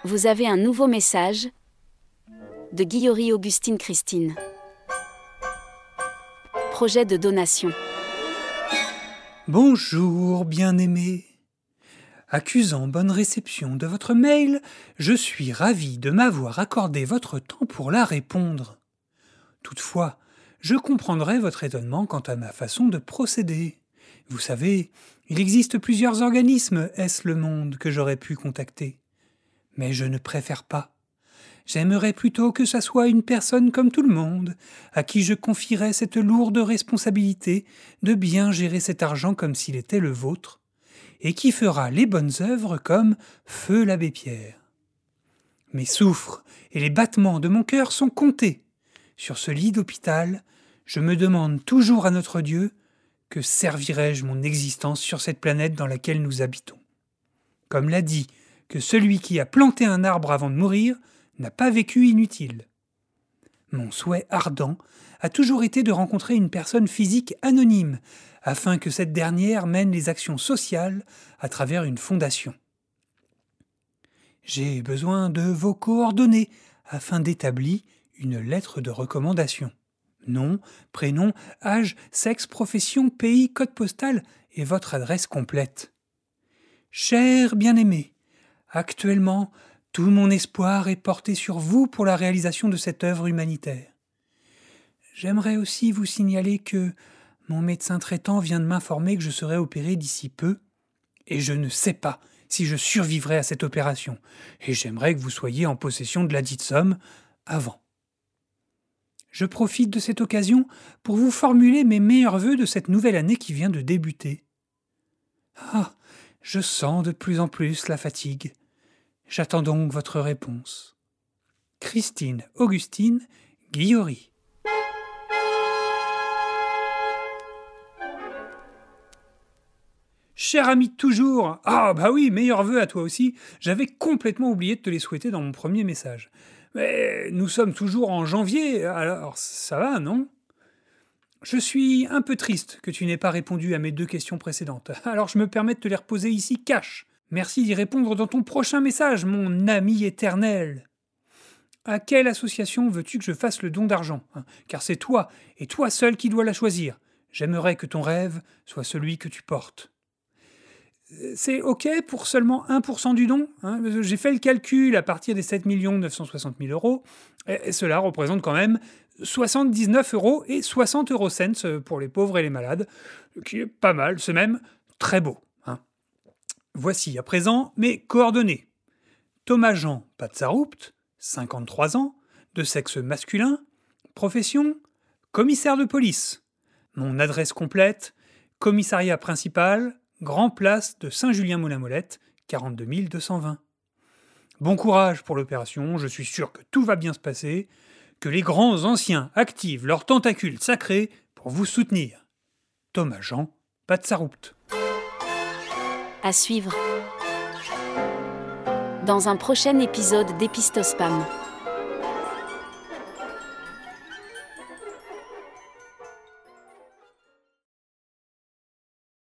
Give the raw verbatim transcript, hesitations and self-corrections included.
Vous avez un nouveau message de Guillory Augustine Christine. Projet de donation. Bonjour, bien-aimé. Accusant bonne réception de votre mail, je suis ravi de m'avoir accordé votre temps pour la répondre. Toutefois, je comprendrai votre étonnement quant à ma façon de procéder. Vous savez, il existe plusieurs organismes, est-ce le monde, que j'aurais pu contacter. Mais je ne préfère pas. J'aimerais plutôt que ça soit une personne comme tout le monde, à qui je confierais cette lourde responsabilité de bien gérer cet argent comme s'il était le vôtre, et qui fera les bonnes œuvres comme Feu l'abbé Pierre. Mes souffres et les battements de mon cœur sont comptés. Sur ce lit d'hôpital, je me demande toujours à notre Dieu que servirai-je mon existence sur cette planète dans laquelle nous habitons. Comme l'a dit que celui qui a planté un arbre avant de mourir n'a pas vécu inutile. Mon souhait ardent a toujours été de rencontrer une personne physique anonyme, afin que cette dernière mène les actions sociales à travers une fondation. J'ai besoin de vos coordonnées afin d'établir une lettre de recommandation. Nom, prénom, âge, sexe, profession, pays, code postal et votre adresse complète. Cher bien-aimé, actuellement, tout mon espoir est porté sur vous pour la réalisation de cette œuvre humanitaire. J'aimerais aussi vous signaler que mon médecin traitant vient de m'informer que je serai opéré d'ici peu, et je ne sais pas si je survivrai à cette opération, et j'aimerais que vous soyez en possession de la dite somme avant. Je profite de cette occasion pour vous formuler mes meilleurs vœux de cette nouvelle année qui vient de débuter. Ah, je sens de plus en plus la fatigue. J'attends donc votre réponse. Christine Augustine Guillory. Cher ami de toujours, ah bah oui, meilleurs vœux à toi aussi, j'avais complètement oublié de te les souhaiter dans mon premier message. Mais nous sommes toujours en janvier, alors ça va, non ? Je suis un peu triste que tu n'aies pas répondu à mes deux questions précédentes, alors je me permets de te les reposer ici cash. Merci d'y répondre dans ton prochain message, mon ami éternel. À quelle association veux-tu que je fasse le don d'argent ? Car c'est toi, et toi seul qui dois la choisir. J'aimerais que ton rêve soit celui que tu portes. C'est OK pour seulement un pour cent du don, hein. J'ai fait le calcul à partir des sept millions neuf cent soixante mille euros, et cela représente quand même soixante-dix-neuf euros et soixante eurocents pour les pauvres et les malades, qui est pas mal, c'est même très beau. Voici à présent mes coordonnées. Thomas Jean Patsaroupt, cinquante-trois ans, de sexe masculin, profession, commissaire de police. Mon adresse complète, commissariat principal, Grand Place de Saint-Julien-Moulin-Molette, quarante-deux mille deux cent vingt. Bon courage pour l'opération, je suis sûr que tout va bien se passer, que les grands anciens activent leurs tentacules sacrés pour vous soutenir. Thomas Jean Patsaroupt. À suivre dans un prochain épisode d'Épistospam.